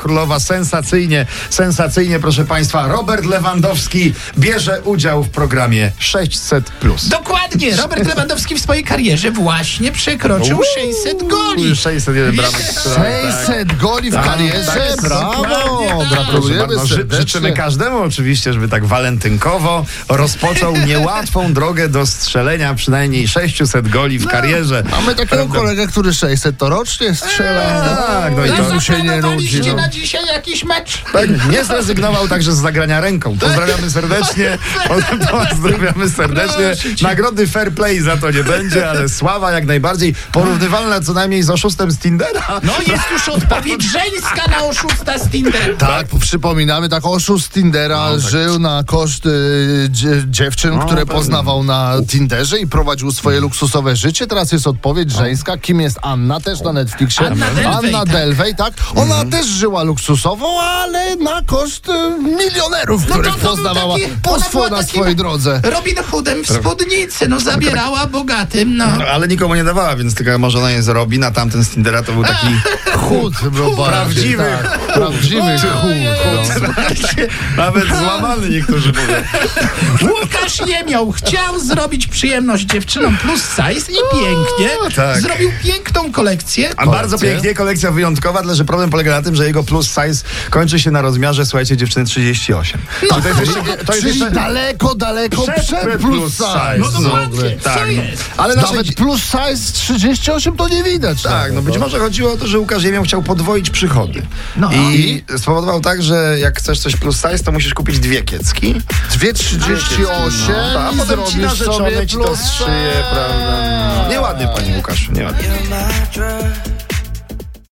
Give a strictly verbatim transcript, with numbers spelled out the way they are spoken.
królowa. Sensacyjnie, sensacyjnie, proszę państwa. Robert Lewandowski bierze udział w programie sześćset plus. Dokładnie. Robert Lewandowski w swojej karierze właśnie przekroczył Uuu, sześćset goli. sześćset jeden bramek. sześćset goli w tak, karierze? tak, Brawo! tak. Gratulujemy no, ży, Życzymy każdemu oczywiście, żeby tak walentynkowo rozpoczął niełatwą drogę do strzelenia przynajmniej sześćset goli w karierze. No, mamy takiego Prawda? kolegę, który sześćset to rocznie strzela. Eee, tak, no i to mu się nie nudzi. No. na dzisiaj jakiś mecz? Tak, nie zrezygnował także z zagrania ręką. Pozdrawiamy serdecznie. Pozdrawiamy serdecznie. Nagrody fair play za to nie będzie, ale sława jak najbardziej. Porównywalna co najmniej z oszustem z Tindera. No jest już odpowiedź żeńska na oszusta z Tindera. Tak, przypominamy, tak oszust z Tindera no, tak. żył na koszt y, dzie, dziewczyn, no, które pewnie. poznawał na Tinderze i prowadził swoje luksusowe życie. Teraz jest odpowiedź żeńska. Kim jest Anna? Też na Netflixie. Anna Delvey, Anna Delvey, tak? Ona mhm. też żyła luksusowo, ale na koszt y, milionerów, no których to, to poznawała taki, po swo, na swojej drodze. Robin Hoodem w spódnicy, no zabierała bogatym, no. no. Ale nikomu nie dawała, więc tylko może ona jest Robin, a tamten z Tindera to był taki chód. Prawdziwy. Tak, prawdziwy chód. Nawet złamany niektórzy mówią. Łukasz Jemioł chciał zrobić przyjemność dziewczynom plus size i pięknie o, tak. zrobił piękną kolekcję. A kolekcję? Bardzo pięknie, kolekcja wyjątkowa, dlatego że problem polega na tym, że jego plus size kończy się na rozmiarze, słuchajcie, dziewczyny trzydzieści osiem. No, to jest jeszcze, to jest czyli jeszcze... daleko, daleko przed, przed plus size. No dokładnie, tak, co no. jest? Ale Nawet naszej... plus size trzydzieści osiem to nie widać. Tak, nawet, no być może chodziło o to, że Łukasz Jemioł chciał podwoić przychody. No. I spowodował tak, że jak chcesz coś plus size, to musisz kupić dwie kiecki. Dwie trzydzieści osiem no, a i potem ci zrobisz sobie narzeczone ci to plus zszyje, prawda? Nieładnie, panie Łukaszu, nieładnie.